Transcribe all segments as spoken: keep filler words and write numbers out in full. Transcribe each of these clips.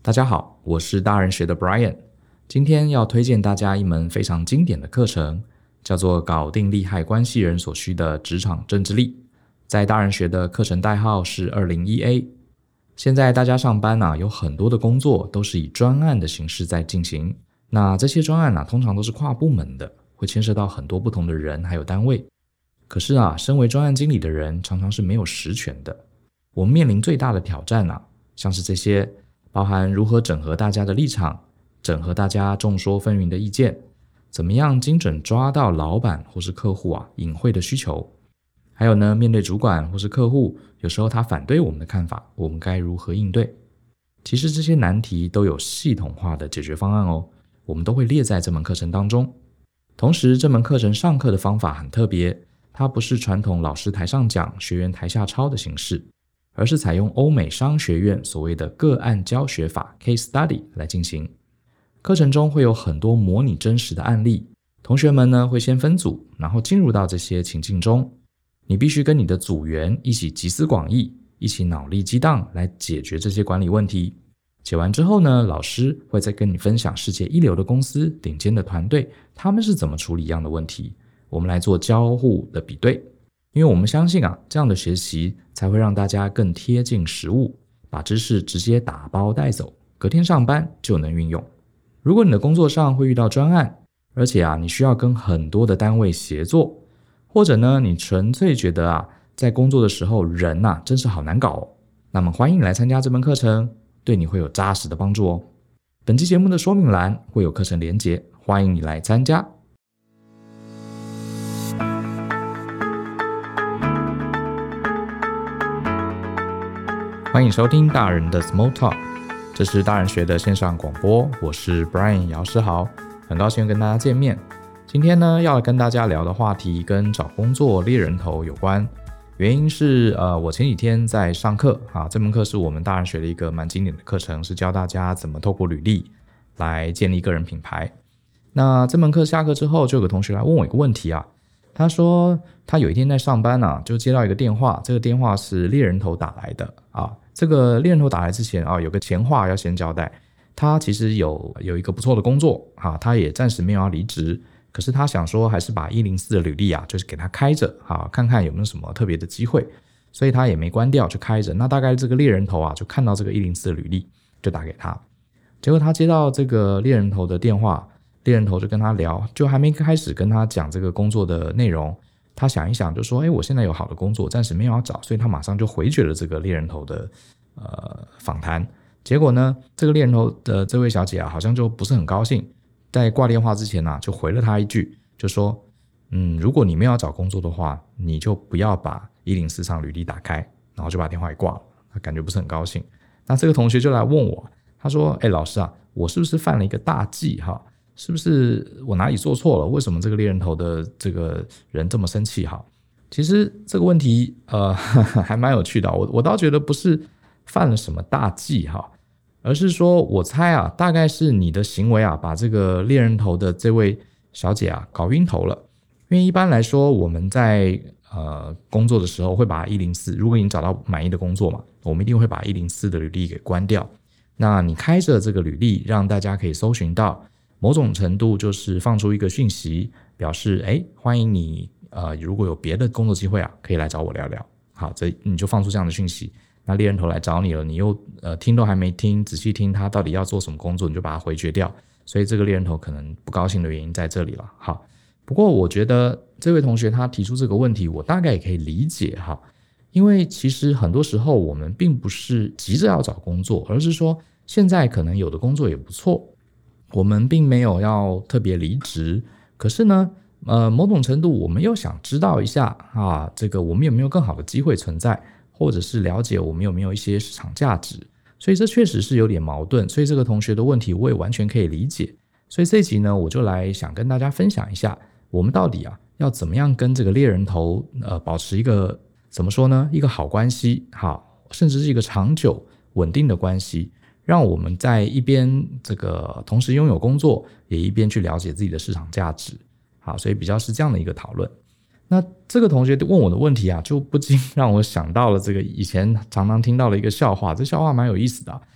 大家好，我是大人学的 Brian， 今天要推荐大家一门非常经典的课程，叫做搞定利害关系人所需的职场政治力，在大人学的课程代号是 二零一 A。 现在大家上班啊，有很多的工作都是以专案的形式在进行，那这些专案啊，通常都是跨部门的，会牵涉到很多不同的人还有单位。可是啊，身为专案经理的人常常是没有实权的，我们面临最大的挑战啊，像是这些包含如何整合大家的立场，整合大家众说纷纭的意见，怎么样精准抓到老板或是客户啊隐晦的需求，还有呢，面对主管或是客户，有时候他反对我们的看法，我们该如何应对？其实这些难题都有系统化的解决方案哦，我们都会列在这门课程当中。同时这门课程上课的方法很特别，它不是传统老师台上讲学员台下抄的形式，而是采用欧美商学院所谓的个案教学法 case study 来进行。课程中会有很多模拟真实的案例，同学们呢会先分组，然后进入到这些情境中，你必须跟你的组员一起集思广益，一起脑力激荡来解决这些管理问题。解完之后呢，老师会再跟你分享世界一流的公司顶尖的团队他们是怎么处理一样的问题，我们来做交互的比对。因为我们相信啊，这样的学习才会让大家更贴近实务，把知识直接打包带走，隔天上班就能运用。如果你的工作上会遇到专案，而且啊你需要跟很多的单位协作，或者呢你纯粹觉得啊在工作的时候人啊真是好难搞哦，那么欢迎你来参加这门课程，对你会有扎实的帮助哦。本期节目的说明栏会有课程连结，欢迎你来参加。欢迎收听大人的 Small Talk， 这是大人学的线上广播，我是 Brian 姚诗豪，很高兴跟大家见面。今天呢，要跟大家聊的话题跟找工作猎人头有关，原因是呃，我前几天在上课啊，这门课是我们大人学的一个蛮经典的课程，是教大家怎么透过履历来建立个人品牌。那这门课下课之后，就有个同学来问我一个问题啊，他说他有一天在上班啊，就接到一个电话，这个电话是猎人头打来的啊。这个猎人头打来之前啊，有个前话要先交代，他其实有有一个不错的工作啊，他也暂时没有要离职，可是他想说还是把一零四的履历啊，就是给他开着啊，看看有没有什么特别的机会，所以他也没关掉，就开着。那大概这个猎人头啊，就看到这个一零四的履历，就打给他。结果他接到这个猎人头的电话，猎人头就跟他聊，就还没开始跟他讲这个工作的内容，他想一想就说，诶，我现在有好的工作，暂时没有要找，所以他马上就回绝了这个猎人头的呃访谈。结果呢，这个猎人头的这位小姐啊，好像就不是很高兴，在挂电话之前啊，就回了他一句，就说嗯，如果你没有要找工作的话，你就不要把一零四上履历打开，然后就把电话给挂了。他感觉不是很高兴。那这个同学就来问我，他说，诶，老师啊，我是不是犯了一个大忌哈？是不是我哪里做错了？为什么这个猎人头的这个人这么生气哈？其实这个问题呃还蛮有趣的，我我倒觉得不是犯了什么大忌哈，而是说我猜啊，大概是你的行为啊，把这个猎人头的这位小姐啊搞晕头了。因为一般来说，我们在呃工作的时候会把一零四，如果你找到满意的工作嘛，我们一定会把一零四的履历给关掉。那你开着这个履历，让大家可以搜寻到，某种程度就是放出一个讯息，表示哎，欢迎你呃，如果有别的工作机会啊，可以来找我聊聊。好，这你就放出这样的讯息。那猎人头来找你了，你又呃听都还没听，仔细听他到底要做什么工作，你就把他回绝掉。所以这个猎人头可能不高兴的原因在这里了。好，不过我觉得这位同学他提出这个问题，我大概也可以理解哈。因为其实很多时候我们并不是急着要找工作，而是说现在可能有的工作也不错，我们并没有要特别离职，可是呢呃，某种程度我们又想知道一下啊，这个我们有没有更好的机会存在，或者是了解我们有没有一些市场价值，所以这确实是有点矛盾。所以这个同学的问题我也完全可以理解。所以这一集呢，我就来想跟大家分享一下，我们到底啊要怎么样跟这个猎人头呃保持一个怎么说呢，一个好关系，好，甚至是一个长久稳定的关系，让我们在一边这个同时拥有工作，也一边去了解自己的市场价值。好，所以比较是这样的一个讨论。那这个同学问我的问题啊，就不禁让我想到了这个以前常常听到的一个笑话，这笑话蛮有意思的啊。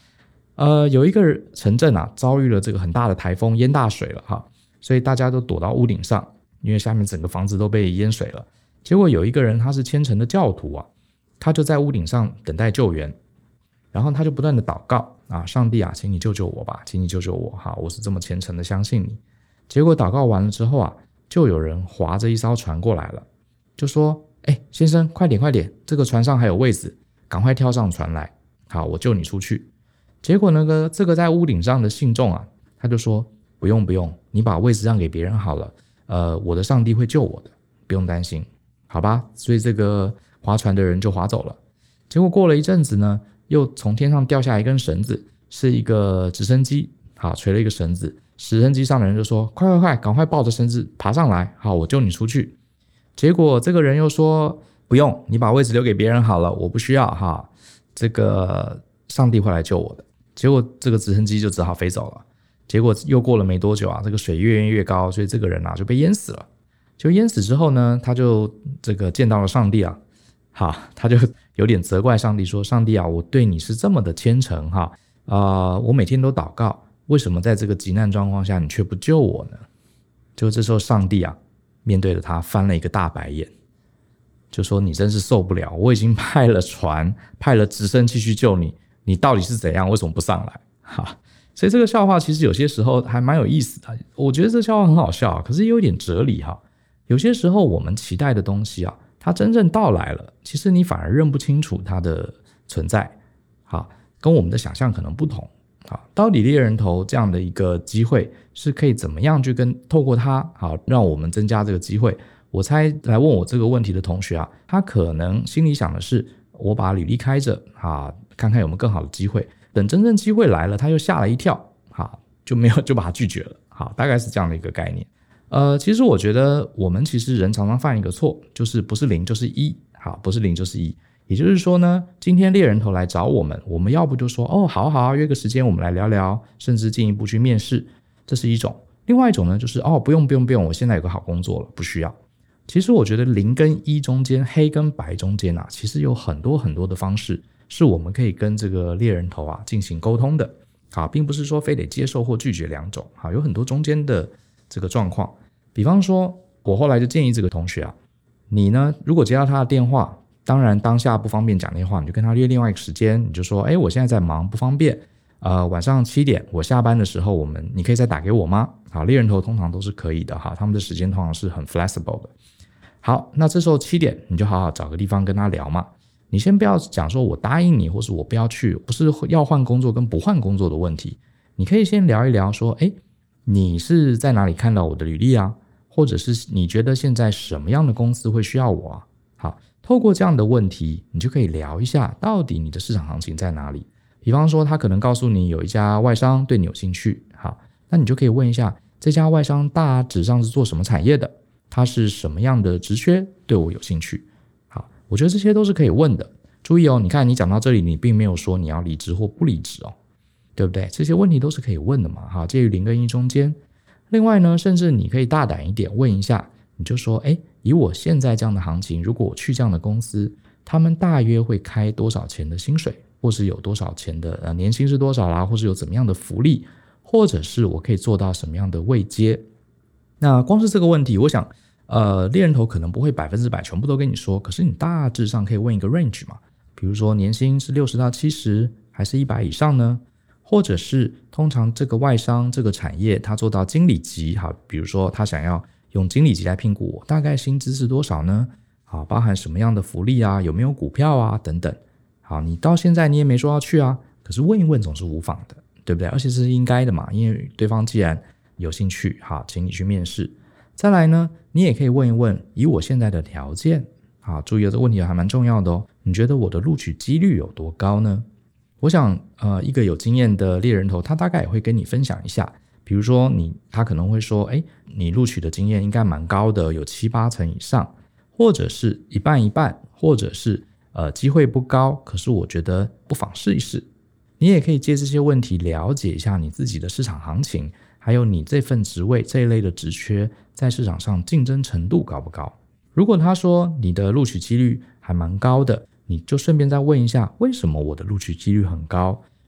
呃，有一个城镇啊，遭遇了这个很大的台风，淹大水了哈，所以大家都躲到屋顶上，因为下面整个房子都被淹水了。结果有一个人他是虔诚的教徒啊，他就在屋顶上等待救援，然后他就不断的祷告啊，上帝啊，请你救救我吧，请你救救我哈，我是这么虔诚的相信你。结果祷告完了之后啊，就有人划着一艘船过来了，就说：哎，先生，快点快点，这个船上还有位子，赶快跳上船来，好，我救你出去。结果那个这个在屋顶上的信众啊，他就说：不用不用，你把位置让给别人好了，呃，我的上帝会救我的，不用担心，好吧？所以这个划船的人就划走了。结果过了一阵子呢，又从天上掉下一根绳子，是一个直升机，好，垂了一个绳子。直升机上的人就说：快快快，赶快抱着绳子爬上来，好，我救你出去。结果这个人又说：不用，你把位置留给别人好了，我不需要哈，这个上帝会来救我的。结果这个直升机就只好飞走了。结果又过了没多久啊，这个水越淹越高，所以这个人啊就被淹死了。就淹死之后呢，他就这个见到了上帝啊，好，他就有点责怪上帝说：上帝啊，我对你是这么的虔诚哈，呃，我每天都祷告，为什么在这个急难状况下你却不救我呢？就这时候上帝啊面对着他翻了一个大白眼，就说：你真是受不了，我已经派了船派了直升机去救你，你到底是怎样，为什么不上来？哈，所以这个笑话其实有些时候还蛮有意思的，我觉得这个笑话很好笑，可是也有点哲理哈。有些时候我们期待的东西啊，它真正到来了，其实你反而认不清楚它的存在，好，跟我们的想象可能不同。好，到底猎人头这样的一个机会是可以怎么样去跟透过它，好，让我们增加这个机会？我猜来问我这个问题的同学啊，他可能心里想的是：我把履历开着啊，看看有没有更好的机会。等真正机会来了，他又吓了一跳，好，就没有就把它拒绝了。好，大概是这样的一个概念。呃，其实我觉得我们其实人常常犯一个错，就是不是零就是一，好，不是零就是一。也就是说呢，今天猎人头来找我们，我们要不就说：哦，好好，约个时间我们来聊聊，甚至进一步去面试，这是一种。另外一种呢，就是哦，不用不用不用，我现在有个好工作了，不需要。其实我觉得零跟一中间，黑跟白中间啊，其实有很多很多的方式是我们可以跟这个猎人头啊进行沟通的。好，并不是说非得接受或拒绝两种，好，有很多中间的这个状况。比方说，我后来就建议这个同学啊，你呢，如果接到他的电话，当然当下不方便讲电话，你就跟他约另外一个时间，你就说：哎，我现在在忙，不方便。呃，晚上七点我下班的时候，我们你可以再打给我吗？好，猎人头通常都是可以的哈，他们的时间通常是很 flexible 的。好，那这时候七点你就好好找个地方跟他聊嘛。你先不要讲说我答应你，或是我不要去，不是要换工作跟不换工作的问题。你可以先聊一聊说：哎，你是在哪里看到我的履历啊？或者是你觉得现在什么样的公司会需要我啊？好，透过这样的问题，你就可以聊一下到底你的市场行情在哪里。比方说他可能告诉你有一家外商对你有兴趣，好，那你就可以问一下这家外商大致上是做什么产业的，它是什么样的职缺对我有兴趣。好，我觉得这些都是可以问的。注意哦，你看你讲到这里，你并没有说你要离职或不离职哦，对不对？这些问题都是可以问的嘛，好，介于零跟一中间。另外呢，甚至你可以大胆一点问一下，你就说：诶，以我现在这样的行情，如果我去这样的公司，他们大约会开多少钱的薪水，或是有多少钱的、呃、年薪是多少啦，或是有怎么样的福利，或者是我可以做到什么样的位阶。那光是这个问题，我想呃，猎人头可能不会百分之百全部都跟你说，可是你大致上可以问一个 range 嘛，比如说年薪是六十到七十还是一百以上呢？或者是通常这个外商这个产业他做到经理级，好，比如说他想要用经理级来评估我，大概薪资是多少呢？好，包含什么样的福利啊，有没有股票啊等等。好，你到现在你也没说要去啊，可是问一问总是无妨的，对不对？而且是应该的嘛，因为对方既然有兴趣，好，请你去面试。再来呢，你也可以问一问，以我现在的条件，好，注意这个问题还蛮重要的哦，你觉得我的录取几率有多高呢？我想呃，一个有经验的猎人头他大概也会跟你分享一下，比如说你他可能会说，诶，你录取的经验应该蛮高的，有七八成以上，或者是一半一半，或者是呃机会不高，可是我觉得不妨试一试。你也可以借这些问题了解一下你自己的市场行情，还有你这份职位这一类的职缺在市场上竞争程度高不高。如果他说你的录取几率还蛮高的，你就顺便再问一下，为什么我的录取几率很高？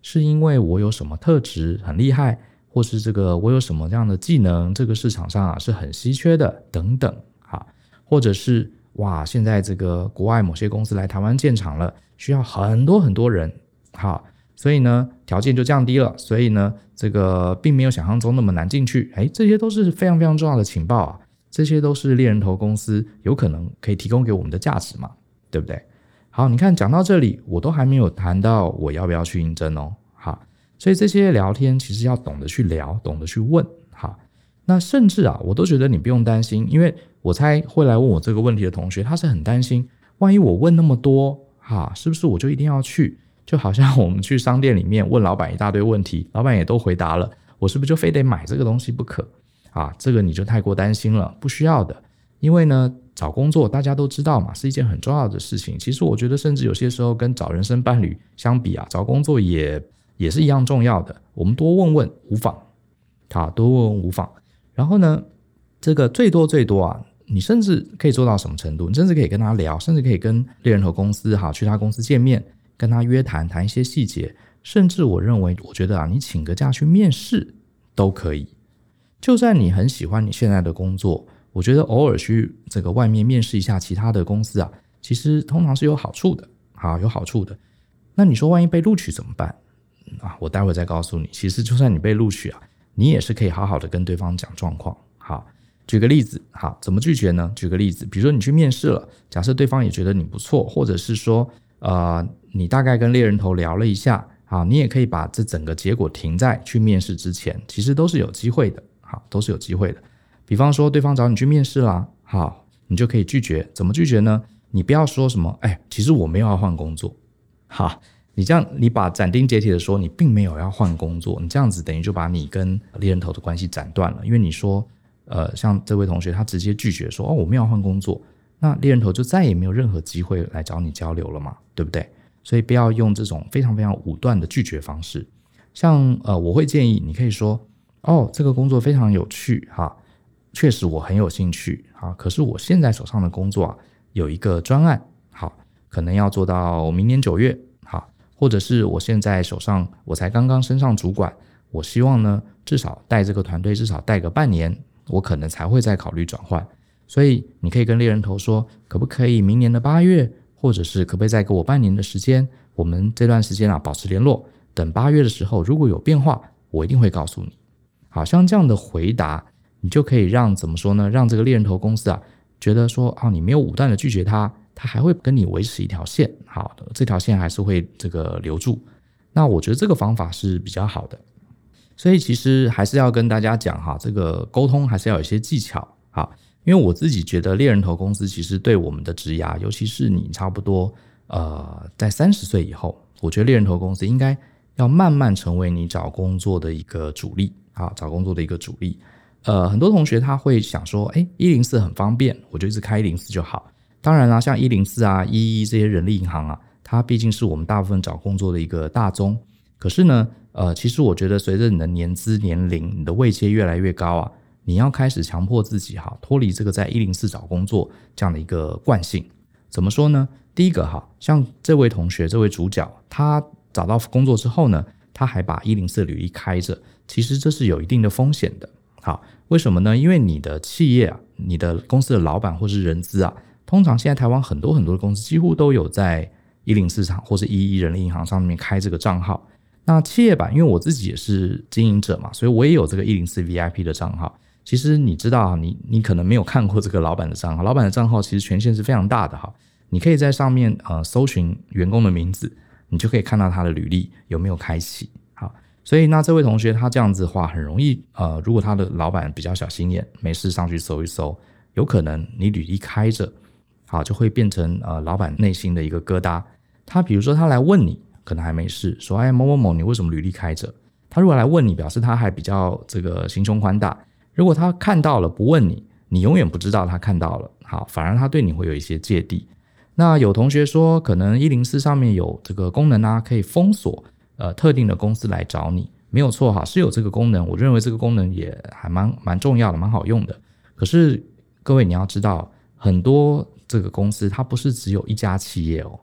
是因为我有什么特质很厉害，或是这个我有什么样的技能，这个市场上啊是很稀缺的等等，好，或者是哇，现在这个国外某些公司来台湾建厂了，需要很多很多人，好，所以呢条件就降低了，所以呢这个并没有想象中那么难进去，诶，这些都是非常非常重要的情报啊，这些都是猎人头公司有可能可以提供给我们的价值嘛，对不对？好，你看讲到这里，我都还没有谈到我要不要去应征哦。好，所以这些聊天其实要懂得去聊，懂得去问。好，那甚至啊，我都觉得你不用担心，因为我猜会来问我这个问题的同学，他是很担心，万一我问那么多，哈，是不是我就一定要去？就好像我们去商店里面问老板一大堆问题，老板也都回答了，我是不是就非得买这个东西不可？啊，这个你就太过担心了，不需要的。因为呢，找工作大家都知道嘛，是一件很重要的事情。其实我觉得甚至有些时候跟找人生伴侣相比啊，找工作也也是一样重要的。我们多问问无妨，好，多问问无妨。然后呢，这个最多最多啊，你甚至可以做到什么程度？你甚至可以跟他聊，甚至可以跟猎人头公司哈去他公司见面，跟他约谈谈一些细节。甚至我认为，我觉得啊，你请个假去面试都可以。就算你很喜欢你现在的工作，我觉得偶尔去这个外面面试一下其他的公司啊，其实通常是有好处的，好，有好处的。那你说万一被录取怎么办啊？我待会再告诉你。其实就算你被录取啊，你也是可以好好的跟对方讲状况。好，举个例子，好，怎么拒绝呢？举个例子，比如说你去面试了，假设对方也觉得你不错，或者是说呃，你大概跟猎人头聊了一下，好，你也可以把这整个结果停在去面试之前，其实都是有机会的，好，都是有机会的。比方说对方找你去面试啦，好，你就可以拒绝。怎么拒绝呢？你不要说什么哎，其实我没有要换工作。好，你这样你把斩钉截铁的说你并没有要换工作，你这样子等于就把你跟猎人头的关系斩断了。因为你说呃，像这位同学他直接拒绝说哦，我没有要换工作，那猎人头就再也没有任何机会来找你交流了嘛，对不对？所以不要用这种非常非常武断的拒绝方式。像呃，我会建议你可以说哦，这个工作非常有趣哈，确实我很有兴趣，好，可是我现在手上的工作啊，有一个专案，好，可能要做到明年九月，好，或者是我现在手上我才刚刚升上主管，我希望呢至少带这个团队至少带个半年，我可能才会再考虑转换。所以你可以跟猎人头说，可不可以明年的八月，或者是可不可以再给我半年的时间，我们这段时间啊保持联络，等八月的时候如果有变化，我一定会告诉你。好，像这样的回答，你就可以让怎么说呢？让这个猎人头公司啊，觉得说啊，你没有武断的拒绝他，他还会跟你维持一条线，好的，这条线还是会这个留住。那我觉得这个方法是比较好的。所以其实还是要跟大家讲哈，这个沟通还是要有一些技巧。好，因为我自己觉得猎人头公司其实对我们的职涯，尤其是你差不多呃在三十岁以后，我觉得猎人头公司应该要慢慢成为你找工作的一个主力。好，找工作的一个主力。呃，很多同学他会想说，哎，一零四很方便，我就一直开一零四就好。当然啦，像一零四啊、一一这些人力银行啊，它毕竟是我们大部分找工作的一个大宗。可是呢，呃，其实我觉得随着你的年资、年龄、你的位阶越来越高啊，你要开始强迫自己哈，脱离这个在一零四找工作这样的一个惯性。怎么说呢？第一个哈，像这位同学、这位主角，他找到工作之后呢，他还把一零四履历开着，其实这是有一定的风险的。好，为什么呢？因为你的企业啊，你的公司的老板或是人资啊，通常现在台湾很多很多的公司几乎都有在一零四上或是一一人力银行上面开这个账号。那企业版，因为我自己也是经营者嘛，所以我也有这个一零四 V I P 的账号。其实你知道，你你可能没有看过这个老板的账号，老板的账号其实权限是非常大的哈。你可以在上面呃搜寻员工的名字，你就可以看到他的履历有没有开启。好，所以那这位同学他这样子的话，很容易呃，如果他的老板比较小心眼，没事上去搜一搜，有可能你履历开着，好，就会变成呃老板内心的一个疙瘩。他比如说他来问你，可能还没事，说哎某某某你为什么履历开着？他如果来问你，表示他还比较这个心胸宽大。如果他看到了不问你，你永远不知道他看到了，好，反而他对你会有一些芥蒂。那有同学说，可能一零四上面有这个功能啊，可以封锁呃特定的公司来找你，没有错哈，是有这个功能，我认为这个功能也还蛮蛮重要的，蛮好用的。可是各位你要知道，很多这个公司它不是只有一家企业哦，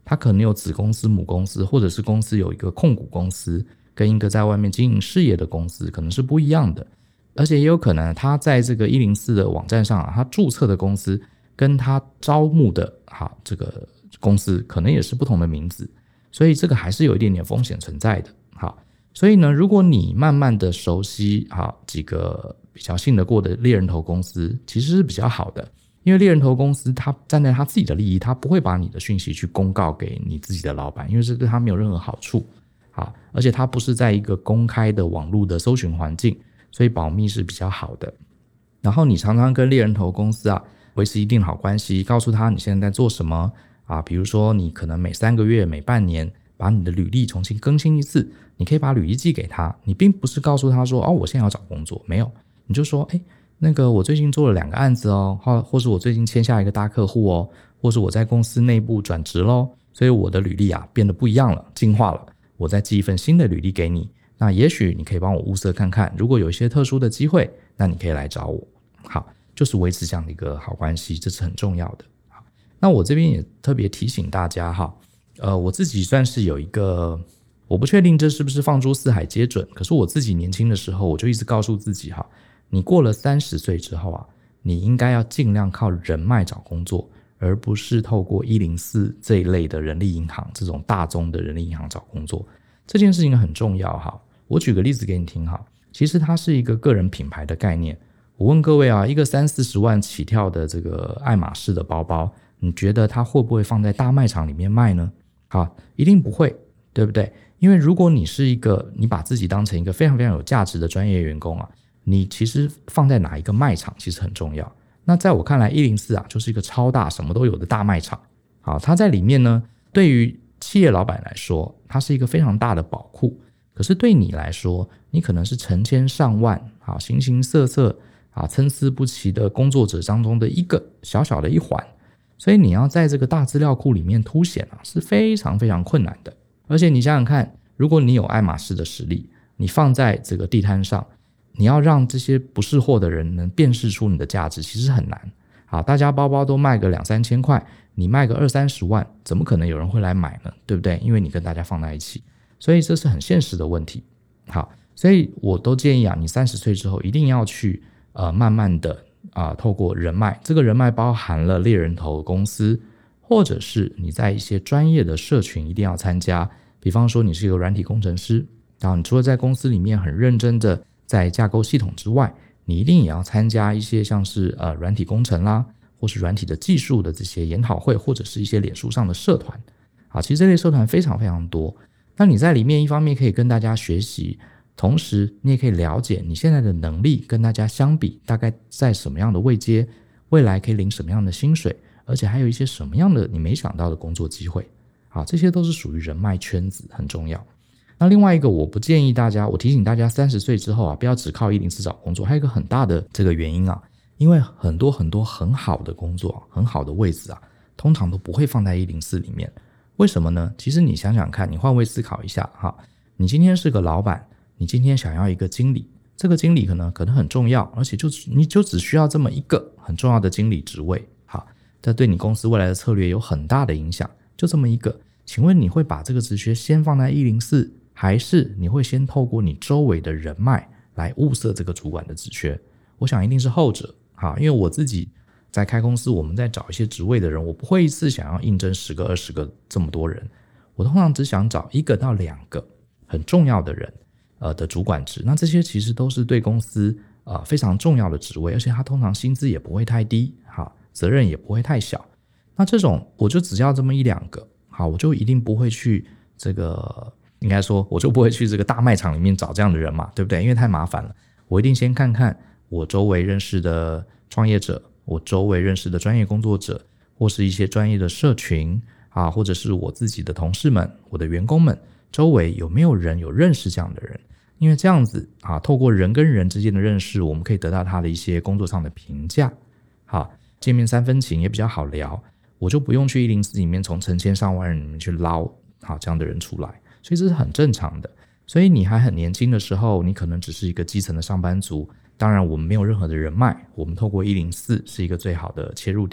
他可能有子公司、母公司，或者是公司有一个控股公司，跟一个在外面经营事业的公司可能是不一样的。而且也有可能他在这个一零四的网站上啊，他注册的公司跟他招募的好这个公司可能也是不同的名字，所以这个还是有一点点风险存在的。好，所以呢，如果你慢慢的熟悉好几个比较信得过的猎人头公司，其实是比较好的。因为猎人头公司他站在他自己的利益，他不会把你的讯息去公告给你自己的老板，因为这对他没有任何好处。好，而且他不是在一个公开的网络的搜寻环境，所以保密是比较好的。然后你常常跟猎人头公司啊维持一定好关系，告诉他你现在在做什么啊，比如说你可能每三个月、每半年把你的履历重新更新一次，你可以把履历寄给他，你并不是告诉他说哦我现在要找工作，没有，你就说哎。那个我最近做了两个案子哦，或或是我最近签下一个大客户哦，或是我在公司内部转职咯，所以我的履历啊变得不一样了，进化了，我再寄一份新的履历给你，那也许你可以帮我物色看看，如果有一些特殊的机会，那你可以来找我。好，就是维持这样的一个好关系，这是很重要的。好，那我这边也特别提醒大家哈，呃，我自己算是有一个，我不确定这是不是放诸四海皆准，可是我自己年轻的时候我就一直告诉自己哈，你过了三十岁之后啊，你应该要尽量靠人脉找工作，而不是透过一零四这一类的人力银行，这种大宗的人力银行找工作。这件事情很重要哈。我举个例子给你听哈，其实它是一个个人品牌的概念。我问各位啊，一个三四十万起跳的这个爱马仕的包包，你觉得它会不会放在大卖场里面卖呢？好，一定不会，对不对？因为如果你是一个，你把自己当成一个非常非常有价值的专业员工啊，你其实放在哪一个卖场其实很重要。那在我看来一零四啊就是一个超大什么都有的大卖场。好，它在里面呢，对于企业老板来说它是一个非常大的宝库，可是对你来说你可能是成千上万好形形色色啊参差不齐的工作者当中的一个小小的一环，所以你要在这个大资料库里面凸显啊是非常非常困难的。而且你想想看，如果你有爱马仕的实力，你放在这个地摊上，你要让这些不识货的人能辨识出你的价值其实很难。好，大家包包都卖个两三千块，你卖个二三十万，怎么可能有人会来买呢？对不对？因为你跟大家放在一起，所以这是很现实的问题。好，所以我都建议啊，你三十岁之后一定要去呃慢慢的啊、呃、透过人脉，这个人脉包含了猎人头公司，或者是你在一些专业的社群一定要参加。比方说你是一个软体工程师，然后你除了在公司里面很认真的在架构系统之外，你一定也要参加一些像是呃软体工程啦，或是软体的技术的这些研讨会，或者是一些脸书上的社团。好，其实这类社团非常非常多。那你在里面一方面可以跟大家学习，同时你也可以了解你现在的能力跟大家相比大概在什么样的位阶，未来可以领什么样的薪水，而且还有一些什么样的你没想到的工作机会。好，这些都是属于人脉圈子，很重要。那另外一个我不建议大家，我提醒大家三十岁之后啊，不要只靠一零四找工作。还有一个很大的这个原因啊，因为很多很多很好的工作，很好的位置啊，通常都不会放在一零四里面。为什么呢？其实你想想看，你换位思考一下哈，你今天是个老板，你今天想要一个经理，这个经理可能可能很重要，而且就你就只需要这么一个很重要的经理职位，好，这对你公司未来的策略有很大的影响，就这么一个。请问你会把这个职缺先放在一零四，还是你会先透过你周围的人脉来物色这个主管的职缺？我想一定是后者。好，因为我自己在开公司，我们在找一些职位的人，我不会一次想要应征十个二十个这么多人，我通常只想找一个到两个很重要的人呃的主管职。那这些其实都是对公司呃非常重要的职位，而且他通常薪资也不会太低，好，责任也不会太小。那这种我就只要这么一两个，好，我就一定不会去这个，应该说我就不会去这个大卖场里面找这样的人嘛，对不对？因为太麻烦了。我一定先看看我周围认识的创业者，我周围认识的专业工作者，或是一些专业的社群啊，或者是我自己的同事们，我的员工们，周围有没有人有认识这样的人？因为这样子啊，透过人跟人之间的认识，我们可以得到他的一些工作上的评价。好，见面三分情也比较好聊。我就不用去一零四里面从成千上万人里面去捞好这样的人出来，所以这是很正常的。所以你还很年轻的时候，你可能只是一个基层的上班族，当然我们没有任何的人脉，我们透过一零四是一个最好的切入点。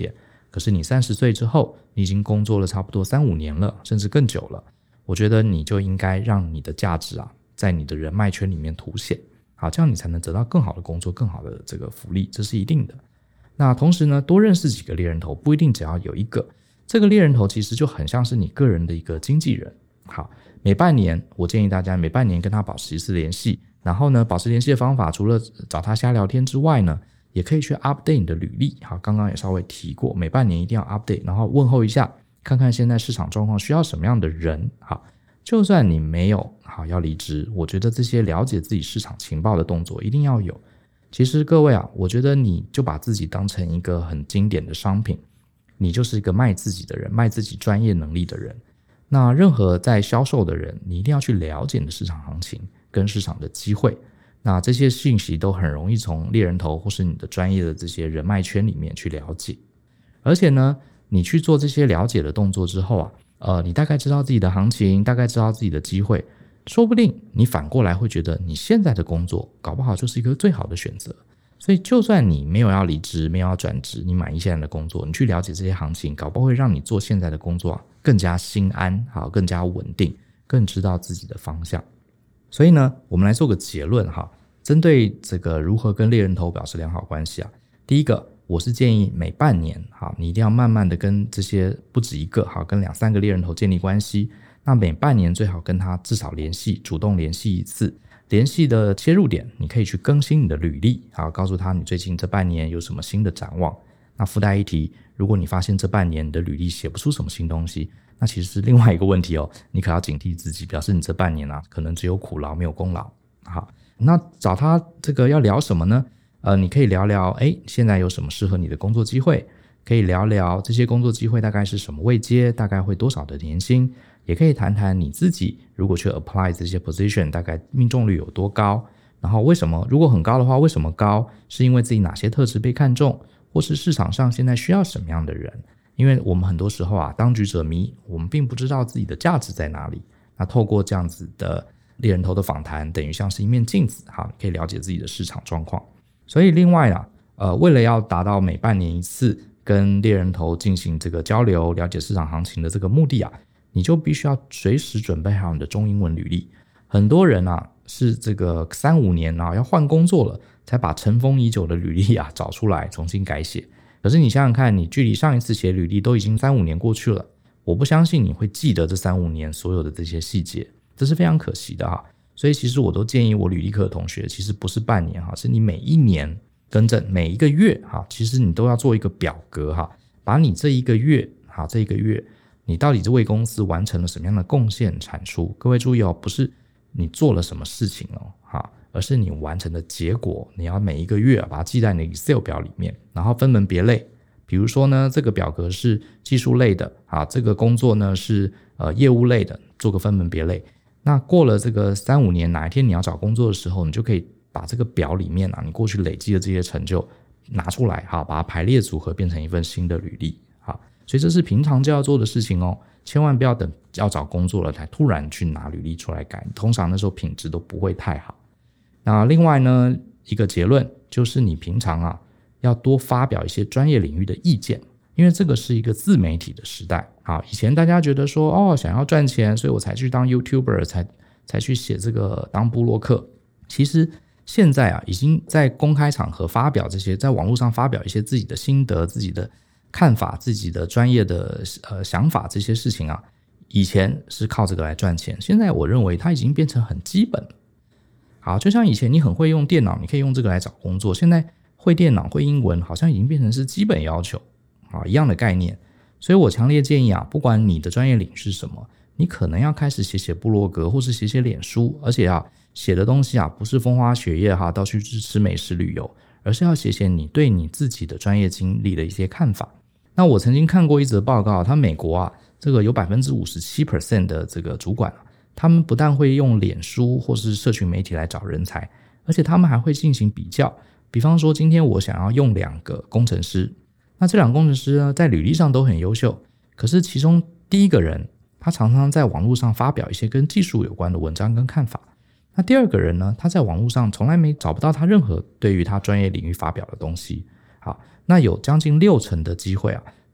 可是你三十岁之后，你已经工作了差不多三五年了，甚至更久了，我觉得你就应该让你的价值啊，在你的人脉圈里面凸显，好，这样你才能得到更好的工作，更好的这个福利，这是一定的。那同时呢，多认识几个猎人头，不一定只要有一个，这个猎人头其实就很像是你个人的一个经纪人。好，每半年我建议大家每半年跟他保持一次联系，然后呢，保持联系的方法除了找他瞎聊天之外呢，也可以去 update 你的履历。好，刚刚也稍微提过，每半年一定要 update， 然后问候一下，看看现在市场状况需要什么样的人。好，就算你没有好要离职，我觉得这些了解自己市场情报的动作一定要有。其实各位啊，我觉得你就把自己当成一个很经典的商品，你就是一个卖自己的人，卖自己专业能力的人。那任何在销售的人，你一定要去了解你的市场行情跟市场的机会，那这些信息都很容易从猎人头或是你的专业的这些人脉圈里面去了解。而且呢，你去做这些了解的动作之后啊，呃，你大概知道自己的行情，大概知道自己的机会，说不定你反过来会觉得你现在的工作搞不好就是一个最好的选择。所以就算你没有要离职，没有要转职，你满意现在的工作，你去了解这些行情，搞不好会让你做现在的工作、啊、更加心安，好，更加稳定，更知道自己的方向。所以呢，我们来做个结论哈，针对这个如何跟猎人头表示良好关系啊，第一个，我是建议每半年好，你一定要慢慢的跟这些不止一个好，跟两三个猎人头建立关系。那每半年最好跟他至少联系，主动联系一次。联系的切入点，你可以去更新你的履历，好，告诉他你最近这半年有什么新的展望。那附带一提，如果你发现这半年你的履历写不出什么新东西，那其实是另外一个问题哦，你可要警惕自己，表示你这半年啊，可能只有苦劳没有功劳。好，那找他这个要聊什么呢？呃，你可以聊聊，哎，现在有什么适合你的工作机会？可以聊聊这些工作机会大概是什么位阶，大概会多少的年薪？也可以谈谈你自己如果去 apply 这些 position 大概命中率有多高，然后为什么，如果很高的话为什么高，是因为自己哪些特质被看中，或是市场上现在需要什么样的人。因为我们很多时候啊，当局者迷，我们并不知道自己的价值在哪里。那透过这样子的猎人头的访谈，等于像是一面镜子，好，可以了解自己的市场状况。所以另外啊，呃，为了要达到每半年一次跟猎人头进行这个交流，了解市场行情的这个目的啊，你就必须要随时准备好你的中英文履历。很多人啊是这个三五年啊要换工作了，才把尘封已久的履历啊找出来重新改写。可是你想想看，你距离上一次写履历都已经三五年过去了，我不相信你会记得这三五年所有的这些细节，这是非常可惜的哈。所以其实我都建议我履历课的同学，其实不是半年哈，是你每一年更正，每一个月哈，其实你都要做一个表格哈，把你这一个月哈，这一个月你到底是为公司完成了什么样的贡献产出？各位注意哦，不是你做了什么事情哦，哈，而是你完成的结果。你要每一个月把它记在你的 Excel 表里面，然后分门别类。比如说呢，这个表格是技术类的，啊，这个工作呢是呃业务类的，做个分门别类。那过了这个三五年，哪一天你要找工作的时候，你就可以把这个表里面啊，你过去累积的这些成就拿出来，哈，把它排列组合变成一份新的履历。所以这是平常就要做的事情哦，千万不要等要找工作了才突然去拿履历出来改，通常那时候品质都不会太好。那另外呢，一个结论就是你平常啊要多发表一些专业领域的意见，因为这个是一个自媒体的时代。好，以前大家觉得说哦想要赚钱，所以我才去当 YouTuber， 才才去写这个当部落客。其实现在啊已经在公开场合发表这些，在网络上发表一些自己的心得、自己的看法、自己的专业的呃想法，这些事情啊，以前是靠这个来赚钱，现在我认为它已经变成很基本了。好，就像以前你很会用电脑，你可以用这个来找工作，现在会电脑、会英文好像已经变成是基本要求，好，一样的概念。所以我强烈建议啊，不管你的专业领域是什么，你可能要开始写写部落格或是写写脸书，而且啊写的东西啊不是风花雪月哈，到处去吃美食旅游，而是要写写你对你自己的专业经历的一些看法。那我曾经看过一则报告，他美国啊，这个有 百分之五十七 的这个主管啊，他们不但会用脸书或是社群媒体来找人才，而且他们还会进行比较。比方说今天我想要用两个工程师，那这两个工程师呢在履历上都很优秀，可是其中第一个人他常常在网络上发表一些跟技术有关的文章跟看法，那第二个人呢，他在网络上从来没找不到他任何对于他专业领域发表的东西。好，那有将近六成的机会啊，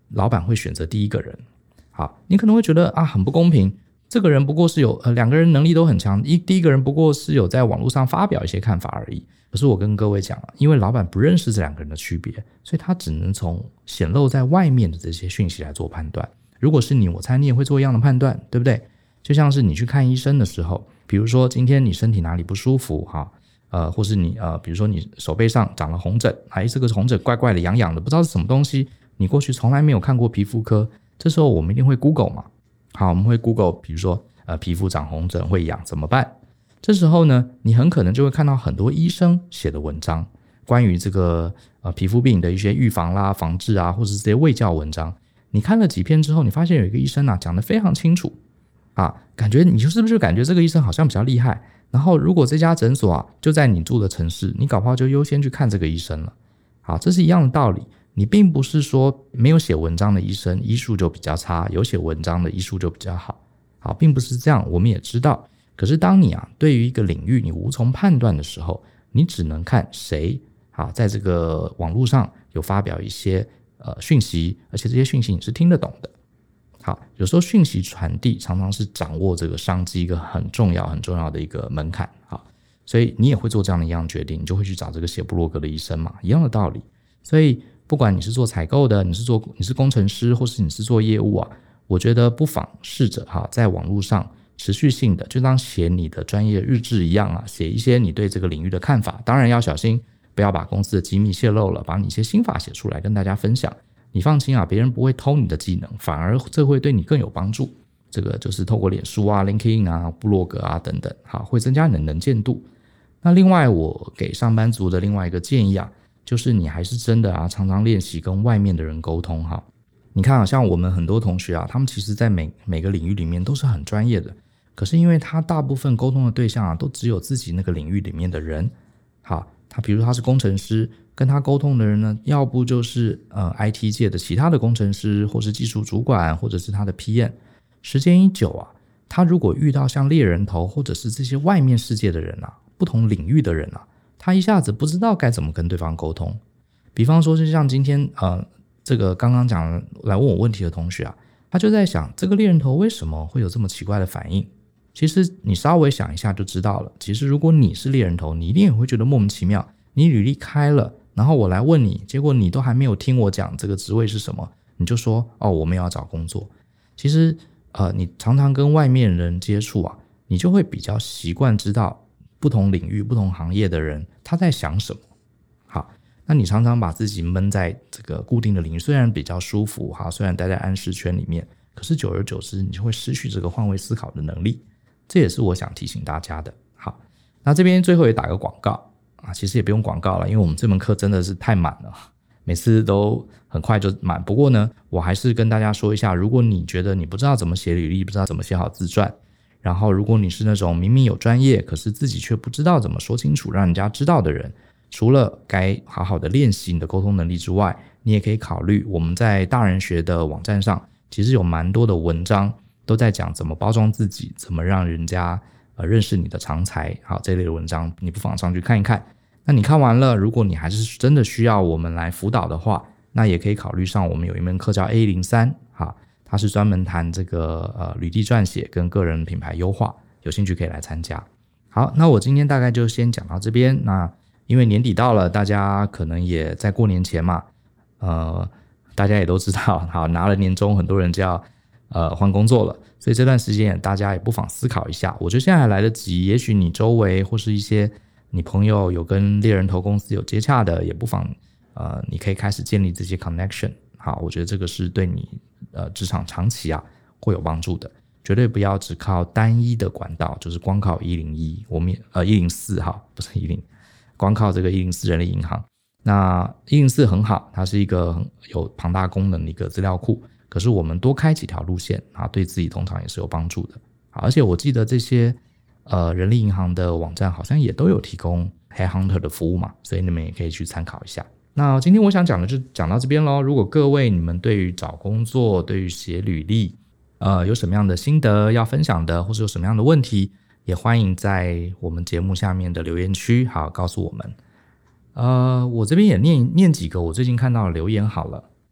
老板会选择第一个人。好，你可能会觉得啊很不公平，这个人不过是有呃两个人能力都很强，一第一个人不过是有在网络上发表一些看法而已。可是我跟各位讲啊，因为老板不认识这两个人的区别，所以他只能从显露在外面的这些讯息来做判断。如果是你，我猜你也会做一样的判断，对不对？就像是你去看医生的时候，比如说今天你身体哪里不舒服哈，呃，或是你呃，比如说你手背上长了红疹，哎，这个红疹怪怪的、痒痒的，不知道是什么东西，你过去从来没有看过皮肤科，这时候我们一定会 Google 嘛。好，我们会 Google， 比如说呃，皮肤长红疹会痒怎么办？这时候呢，你很可能就会看到很多医生写的文章，关于这个呃皮肤病的一些预防啦、防治啊，或者是这些卫教文章。你看了几篇之后，你发现有一个医生啊讲得非常清楚啊，感觉你就是不是感觉这个医生好像比较厉害？然后如果这家诊所啊就在你住的城市，你搞不好就优先去看这个医生了。好，这是一样的道理。你并不是说没有写文章的医生医术就比较差，有写文章的医术就比较好。好，并不是这样，我们也知道。可是当你啊对于一个领域你无从判断的时候，你只能看谁啊在这个网络上有发表一些呃讯息，而且这些讯息你是听得懂的。好，有时候讯息传递常常是掌握这个商机一个很重要很重要的一个门槛。好，所以你也会做这样的一样决定，你就会去找这个写部落格的医生嘛，一样的道理。所以不管你是做采购的，你是做你是工程师，或是你是做业务啊，我觉得不妨试着哈，在网络上持续性的，就当写你的专业日志一样啊，写一些你对这个领域的看法。当然要小心，不要把公司的机密泄露了，把你一些心法写出来跟大家分享。你放心啊，别人不会偷你的技能，反而这会对你更有帮助。这个就是透过脸书啊、LinkedIn 啊、部落格啊等等，好，会增加你的能见度。那另外，我给上班族的另外一个建议啊，就是你还是真的啊，常常练习跟外面的人沟通哈。你看啊，像我们很多同学啊，他们其实在每每个领域里面都是很专业的，可是因为他大部分沟通的对象啊，都只有自己那个领域里面的人。好，他比如他是工程师，跟他沟通的人呢，要不就是呃 I T 界的其他的工程师，或是技术主管，或者是他的 P M。时间一久啊，他如果遇到像猎人头或者是这些外面世界的人啊，不同领域的人啊，他一下子不知道该怎么跟对方沟通。比方说，就像今天呃这个刚刚讲来问我问题的同学啊，他就在想这个猎人头为什么会有这么奇怪的反应。其实你稍微想一下就知道了。其实如果你是猎人头，你一定也会觉得莫名其妙。你履历开了，然后我来问你，结果你都还没有听我讲这个职位是什么，你就说哦我们要找工作。其实呃，你常常跟外面人接触啊，你就会比较习惯知道不同领域不同行业的人他在想什么。好，那你常常把自己闷在这个固定的领域，虽然比较舒服哈，虽然待在安适圈里面，可是久而久之你就会失去这个换位思考的能力。这也是我想提醒大家的。好，那这边最后也打个广告啊，其实也不用广告了，因为我们这门课真的是太满了，每次都很快就满。不过呢，我还是跟大家说一下，如果你觉得你不知道怎么写履历，不知道怎么写好自传，然后如果你是那种明明有专业，可是自己却不知道怎么说清楚让人家知道的人，除了该好好的练习你的沟通能力之外，你也可以考虑我们在大人学的网站上其实有蛮多的文章都在讲怎么包装自己，怎么让人家呃认识你的长才。好，这类的文章你不妨上去看一看。那你看完了，如果你还是真的需要我们来辅导的话，那也可以考虑上我们有一门课叫 A 零三， 好，它是专门谈这个呃履历撰写跟个人品牌优化，有兴趣可以来参加。好，那我今天大概就先讲到这边。那因为年底到了，大家可能也在过年前嘛，呃，大家也都知道，好，拿了年终，很多人就要呃换工作了，所以这段时间大家也不妨思考一下。我觉得现在还来得及，也许你周围或是一些你朋友有跟猎人头公司有接洽的，也不妨呃你可以开始建立这些 connection。好，我觉得这个是对你呃职场长期啊会有帮助的。绝对不要只靠单一的管道，就是光靠一零一，我们呃一零四哈，不是一零，光靠这个一零四人力银行。那一零四很好，它是一个很有庞大功能的一个资料库，可是我们多开几条路线啊，对自己通常也是有帮助的。而且我记得这些呃人力银行的网站好像也都有提供 Headhunter 的服务嘛，所以你们也可以去参考一下。那今天我想讲的就讲到这边咯。如果各位你们对于找工作，对于写履历呃有什么样的心得要分享的，或是有什么样的问题，也欢迎在我们节目下面的留言区好告诉我们。呃，我这边也念念几个我最近看到的留言好了。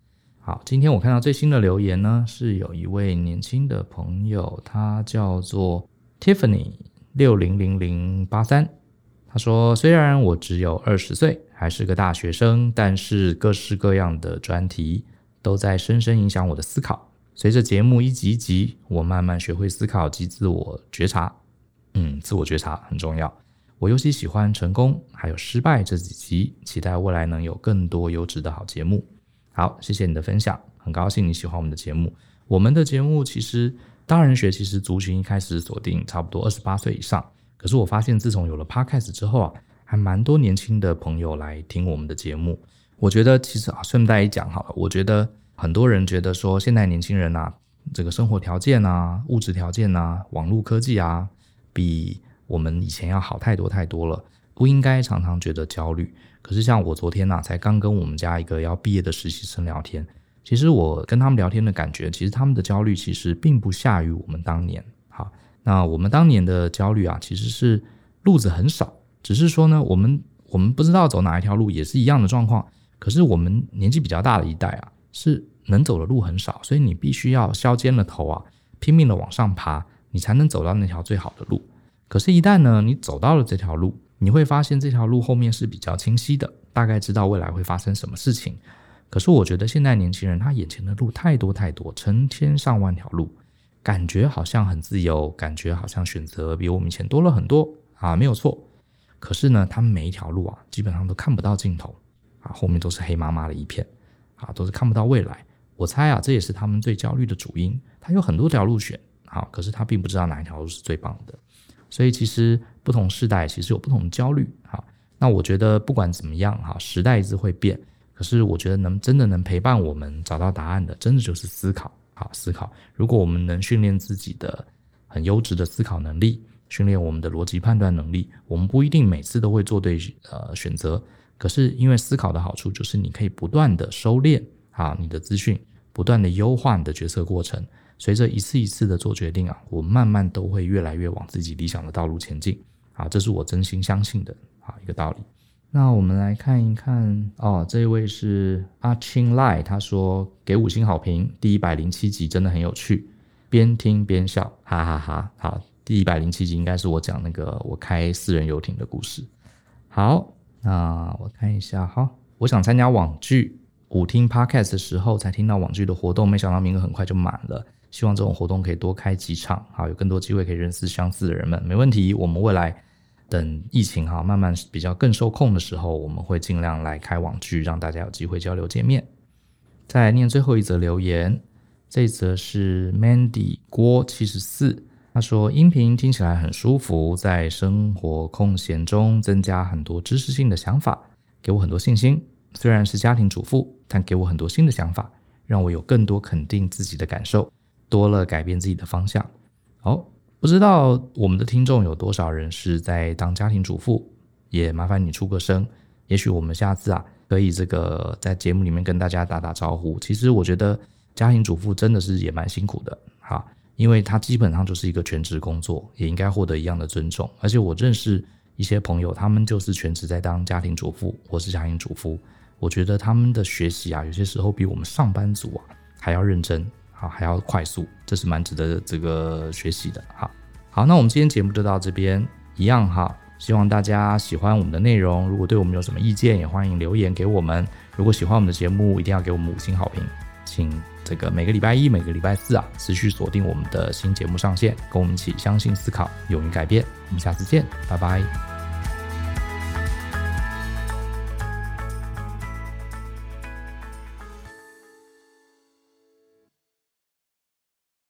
好，今天我看到最新的留言呢，是有一位年轻的朋友，他叫做 Tiffany 六零零零八三。他说，虽然我只有二十岁，还是个大学生，但是各式各样的专题都在深深影响我的思考。随着节目一集一集，我慢慢学会思考及自我觉察。嗯，自我觉察很重要。我尤其喜欢成功还有失败这几集，期待未来能有更多优质的好节目。好，谢谢你的分享，很高兴你喜欢我们的节目。我们的节目其实大人学其实族群一开始锁定差不多二十八岁以上，可是我发现自从有了 Podcast 之后啊，还蛮多年轻的朋友来听我们的节目。我觉得其实啊，顺带一讲好了，我觉得很多人觉得说现在年轻人啊，这个生活条件啊、物质条件啊、网络科技啊，比我们以前要好太多太多了，不应该常常觉得焦虑。可是像我昨天啊，才刚跟我们家一个要毕业的实习生聊天，其实我跟他们聊天的感觉，其实他们的焦虑其实并不下于我们当年。好，那我们当年的焦虑啊，其实是路子很少，只是说呢，我们我们不知道走哪一条路，也是一样的状况。可是我们年纪比较大的一代啊，是能走的路很少，所以你必须要削尖了头啊，拼命的往上爬，你才能走到那条最好的路。可是一旦呢，你走到了这条路，你会发现这条路后面是比较清晰的，大概知道未来会发生什么事情。可是我觉得现在年轻人他眼前的路太多太多，成千上万条路，感觉好像很自由，感觉好像选择比我们以前多了很多啊，没有错。可是呢，他们每一条路啊，基本上都看不到尽头啊，后面都是黑麻麻的一片啊，都是看不到未来。我猜啊，这也是他们最焦虑的主因。他有很多条路选，好，可是他并不知道哪一条路是最棒的。所以其实不同世代其实有不同的焦虑。好，那我觉得不管怎么样，时代一直会变，可是我觉得能真的能陪伴我们找到答案的，真的就是思考。好，思考。如果我们能训练自己的很优质的思考能力，训练我们的逻辑判断能力，我们不一定每次都会做对呃选择，可是因为思考的好处就是你可以不断的收敛啊你的资讯，不断的优化你的决策过程。随着一次一次的做决定啊，我慢慢都会越来越往自己理想的道路前进啊，这是我真心相信的啊一个道理。那我们来看一看哦，这一位是阿青赖，他说给五星好评，第一百零七集真的很有趣，边听边笑，哈哈哈。好，第一百零七集应该是我讲那个我开私人游艇的故事。好，那我看一下哈，我想参加网剧，我听 podcast 的时候才听到网剧的活动，没想到名额很快就满了。希望这种活动可以多开几场，好，有更多机会可以认识相似的人们。没问题，我们未来等疫情哈慢慢比较更受控的时候，我们会尽量来开网剧，让大家有机会交流见面。再来念最后一则留言，这一则是 Mandy 郭七十四，他说音频听起来很舒服，在生活空闲中增加很多知识性的想法，给我很多信心。虽然是家庭主妇，但给我很多新的想法，让我有更多肯定自己的感受，多了改变自己的方向。好，不知道我们的听众有多少人是在当家庭主妇，也麻烦你出个声，也许我们下次啊可以这个在节目里面跟大家打打招呼。其实我觉得家庭主妇真的是也蛮辛苦的，好，因为他基本上就是一个全职工作，也应该获得一样的尊重。而且我认识一些朋友，他们就是全职在当家庭主妇或是家庭主夫，我觉得他们的学习啊，有些时候比我们上班族啊还要认真，好，还要快速，这是蛮值得这个学习的。好，好，那我们今天节目就到这边，一样哈，希望大家喜欢我们的内容。如果对我们有什么意见，也欢迎留言给我们。如果喜欢我们的节目，一定要给我们五星好评。请这个每个礼拜一、每个礼拜四啊，持续锁定我们的新节目上线，跟我们一起相信、思考、勇于改变。我们下次见，拜拜。